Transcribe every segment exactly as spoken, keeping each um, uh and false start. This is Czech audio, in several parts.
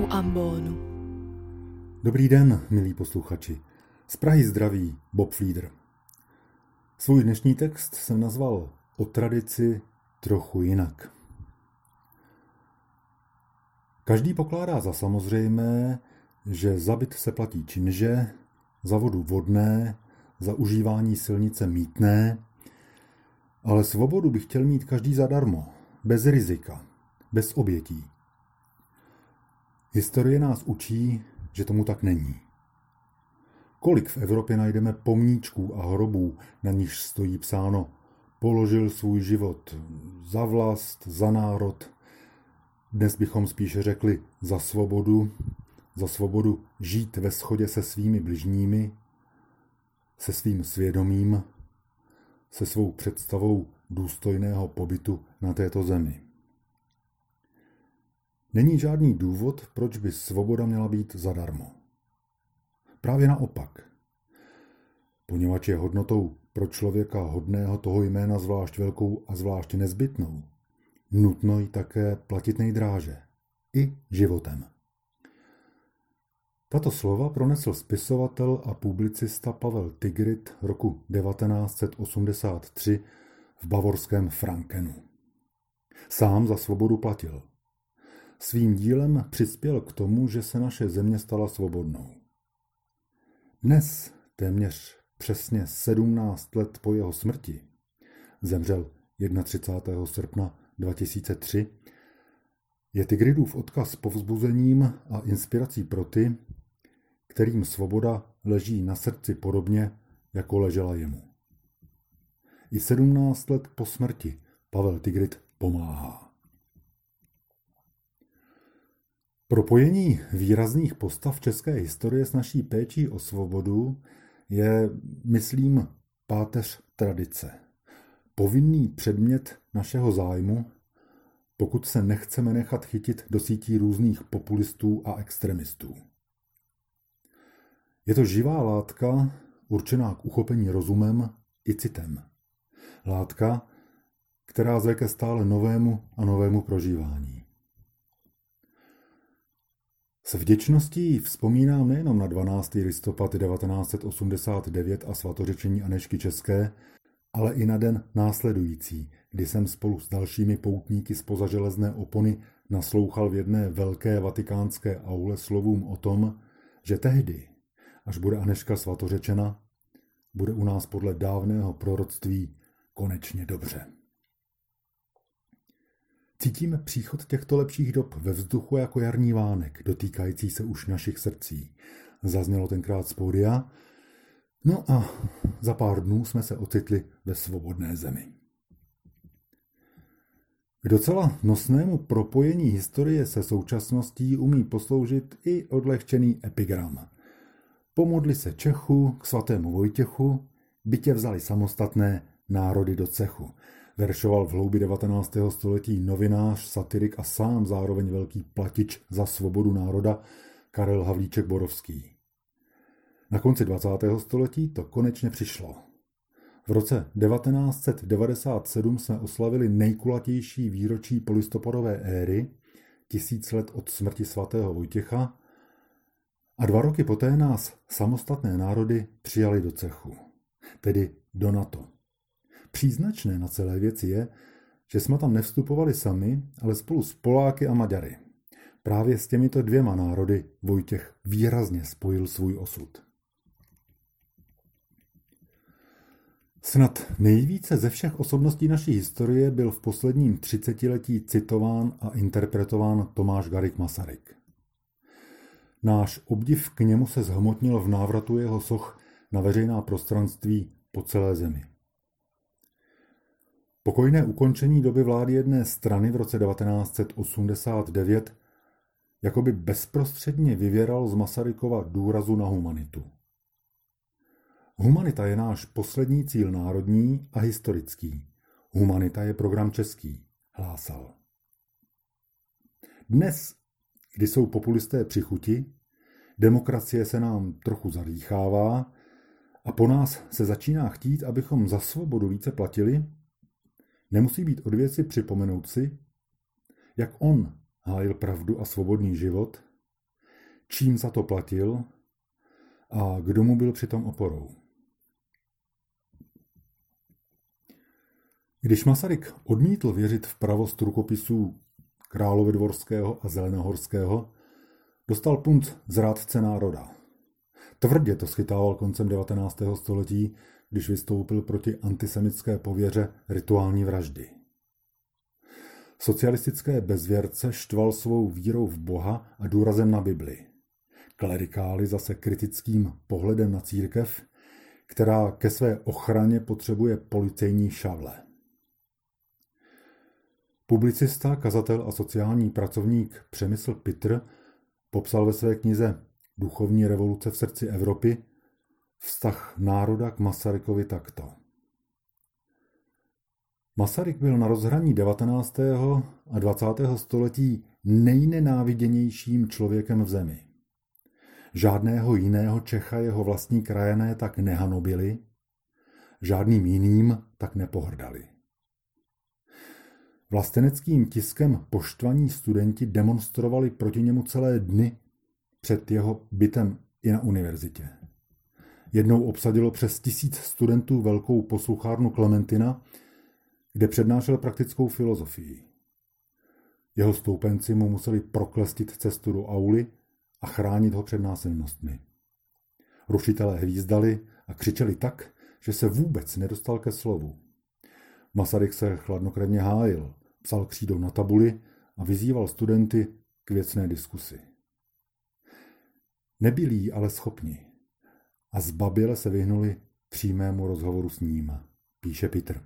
u ambonu. Dobrý den, milí posluchači. Z Prahy zdraví Bob Flieder. Svůj dnešní text jsem nazval O tradici trochu jinak. Každý pokládá za samozřejmé, že za byt se platí činže, za vodu vodné, za užívání silnice mýtné, ale svobodu by chtěl mít každý zadarmo, bez rizika, bez obětí. Historie nás učí, že tomu tak není. Kolik v Evropě najdeme pomníčků a hrobů, na nichž stojí psáno položil svůj život za vlast, za národ. Dnes bychom spíše řekli za svobodu, za svobodu žít ve shodě se svými bližními, se svým svědomím, se svou představou důstojného pobytu na této zemi. Není žádný důvod, proč by svoboda měla být zadarmo. Právě naopak. Poněvadž je hodnotou pro člověka hodného toho jména zvlášť velkou a zvlášť nezbytnou, nutno ji také platit nejdráže, i životem. Tato slova pronesl spisovatel a publicista Pavel Tigrit roku devatenáct set osmdesát tři v bavorském Frankenu. Sám za svobodu platil. Svým dílem přispěl k tomu, že se naše země stala svobodnou. Dnes, téměř přesně sedmnáct let po jeho smrti, zemřel třicátého prvního srpna dva tisíce tři, je Tigritův odkaz povzbuzením a inspirací pro ty, kterým svoboda leží na srdci podobně, jako ležela jemu. I sedmnáct let po smrti Pavel Tigrit pomáhá. Propojení výrazných postav české historie s naší péčí o svobodu je, myslím, páteř tradice. Povinný předmět našeho zájmu, pokud se nechceme nechat chytit do sítí různých populistů a extremistů. Je to živá látka, určená k uchopení rozumem i citem. Látka, která zve ke stále novému a novému prožívání. S vděčností vzpomínám nejenom na dvanáctého listopad devatenáct set osmdesát devět a svatořečení Anežky České, ale i na den následující, kdy jsem spolu s dalšími poutníky zpoza železné opony naslouchal v jedné velké vatikánské aule slovům o tom, že tehdy, až bude Anežka svatořečena, bude u nás podle dávného proroctví konečně dobře. Cítíme příchod těchto lepších dob ve vzduchu jako jarní vánek, dotýkající se už našich srdcí. Zaznělo tenkrát z pódia. No a za pár dnů jsme se ocitli ve svobodné zemi. K docela nosnému propojení historie se současností umí posloužit i odlehčený epigram. Pomodli se Čechu k svatému Vojtěchu, by tě vzali samostatné národy do cechu. Veršoval v hloubi devatenáctého století novinář, satirik a sám zároveň velký platič za svobodu národa Karel Havlíček Borovský. Na konci dvacátého století to konečně přišlo. V roce devatenáct set devadesát sedm jsme oslavili nejkulatější výročí polistopadové éry, tisíc let od smrti svatého Vojtěcha, a dva roky poté nás samostatné národy přijali do cechu, tedy do NATO. Příznačné na celé věci je, že jsme tam nevstupovali sami, ale spolu s Poláky a Maďary. Právě s těmito dvěma národy Vojtěch výrazně spojil svůj osud. Snad nejvíce ze všech osobností naší historie byl v posledním třicetiletí citován a interpretován Tomáš Garrigue Masaryk. Náš obdiv k němu se zhmotnil v návratu jeho soch na veřejná prostranství po celé zemi. Pokojné ukončení doby vlády jedné strany v roce devatenáct set osmdesát devět jakoby bezprostředně vyvěral z Masarykova důrazu na humanitu. Humanita je náš poslední cíl národní a historický. Humanita je program český, hlásal. Dnes, kdy jsou populisté při chuti, demokracie se nám trochu zadýchává a po nás se začíná chtít, abychom za svobodu více platili, nemusí být od věci připomenout si, jak on hájil pravdu a svobodný život, čím za to platil a kdo mu byl přitom oporou. Když Masaryk odmítl věřit v pravost rukopisů Královédvorského a Zelenohorského, dostal punt zrádce národa. Tvrdě to schytával koncem devatenáctého století, když vystoupil proti antisemitské pověře rituální vraždy. Socialistické bezvěrce štval svou vírou v Boha a důrazem na Bibli. Klerikály zase kritickým pohledem na církev, která ke své ochraně potřebuje policejní šavle. Publicista, kazatel a sociální pracovník Přemysl Pitter popsal ve své knize Duchovní revoluce v srdci Evropy vztah národa k Masarykovi takto. Masaryk byl na rozhraní devatenáctého a dvacátého století nejnenáviděnějším člověkem v zemi. Žádného jiného Čecha jeho vlastní krajané tak nehanobili, žádným jiným tak nepohrdali. Vlasteneckým tiskem poštvaní studenti demonstrovali proti němu celé dny před jeho bytem i na univerzitě. Jednou obsadilo přes tisíc studentů velkou posluchárnu Klementina, kde přednášel praktickou filozofii. Jeho stoupenci mu museli proklestit cestu do auly a chránit ho před násilnostmi. Rušitelé hvízdali a křičeli tak, že se vůbec nedostal ke slovu. Masaryk se chladnokrevně hájil, psal křídou na tabuli a vyzýval studenty k věcné diskusi. Nebyli ale schopni a zbaběle se vyhnuli přímému rozhovoru s ním, píše Pitter.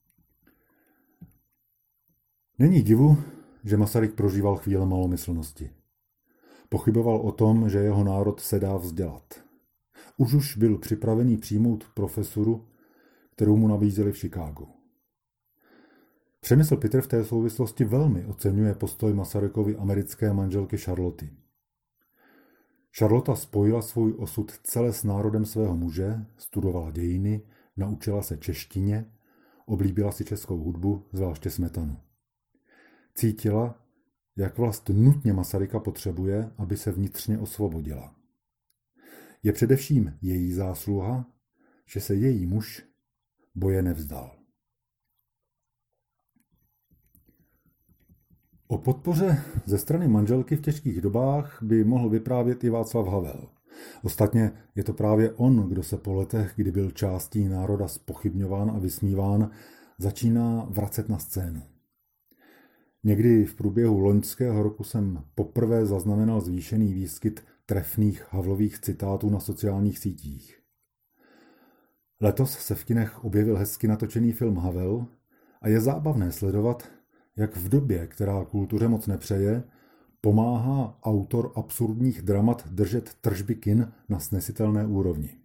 Není divu, že Masaryk prožíval chvíle malomyslnosti. Pochyboval o tom, že jeho národ se dá vzdělat. Už už byl připravený přijmout profesuru, kterou mu nabízeli v Chicagu. Přemysl Pitter v té souvislosti velmi oceňuje postoj Masarykovy americké manželky Charloty. Charlotta spojila svůj osud celé s národem svého muže, studovala dějiny, naučila se češtině, oblíbila si českou hudbu, zvláště Smetanu. Cítila, jak vlast nutně Masaryka potřebuje, aby se vnitřně osvobodila. Je především její zásluha, že se její muž boje nevzdal. O podpoře ze strany manželky v těžkých dobách by mohl vyprávět i Václav Havel. Ostatně je to právě on, kdo se po letech, kdy byl částí národa zpochybňován a vysmíván, začíná vracet na scénu. Někdy v průběhu loňského roku jsem poprvé zaznamenal zvýšený výskyt trefných Havlových citátů na sociálních sítích. Letos se v kinech objevil hezky natočený film Havel a je zábavné sledovat, jak v době, která kultuře moc nepřeje, pomáhá autor absurdních dramat držet tržby kin na snesitelné úrovni.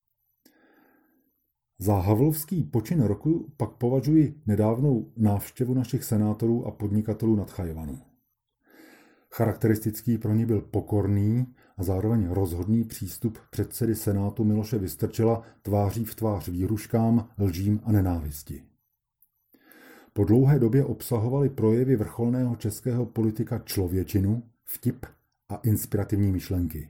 Za havlovský počin roku pak považuji nedávnou návštěvu našich senátorů a podnikatelů na Tchajvanu. Charakteristický pro ní byl pokorný a zároveň rozhodný přístup předsedy senátu Miloše Vystrčila tváří v tvář výhruškám, lžím a nenávisti. Po dlouhé době obsahovaly projevy vrcholného českého politika člověčinu, vtip a inspirativní myšlenky.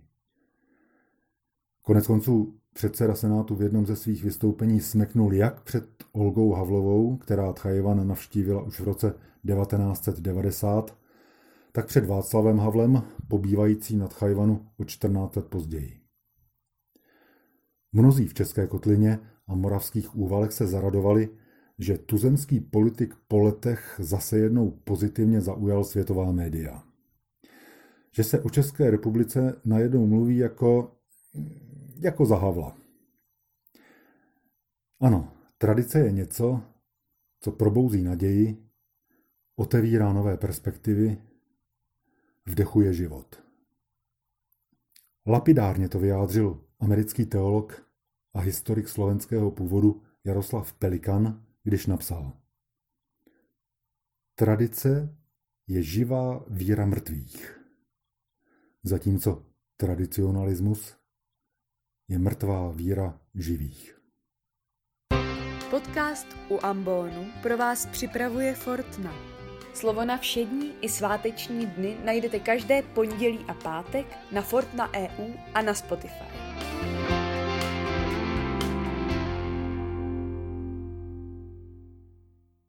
Koneckonců předseda senátu v jednom ze svých vystoupení smeknul jak před Olgou Havlovou, která Tchajwan navštívila už v roce devatenáct set devadesát, tak před Václavem Havlem, pobývající na Tchajwanu o čtrnáct let později. Mnozí v České kotlině a moravských úvalech se zaradovali, že tuzemský politik po letech zase jednou pozitivně zaujal světová média. Že se o České republice najednou mluví jako, jako za Havla. Ano, tradice je něco, co probouzí naději, otevírá nové perspektivy, vdechuje život. Lapidárně to vyjádřil americký teolog a historik slovenského původu Jaroslav Pelikan, když napsal: Tradice je živá víra mrtvých, zatímco tradicionalismus je mrtvá víra živých. Podcast u ambonu pro vás připravuje Fortna. Slovo na všední i sváteční dny najdete každé pondělí a pátek na Fortna tečka e u a na Spotify.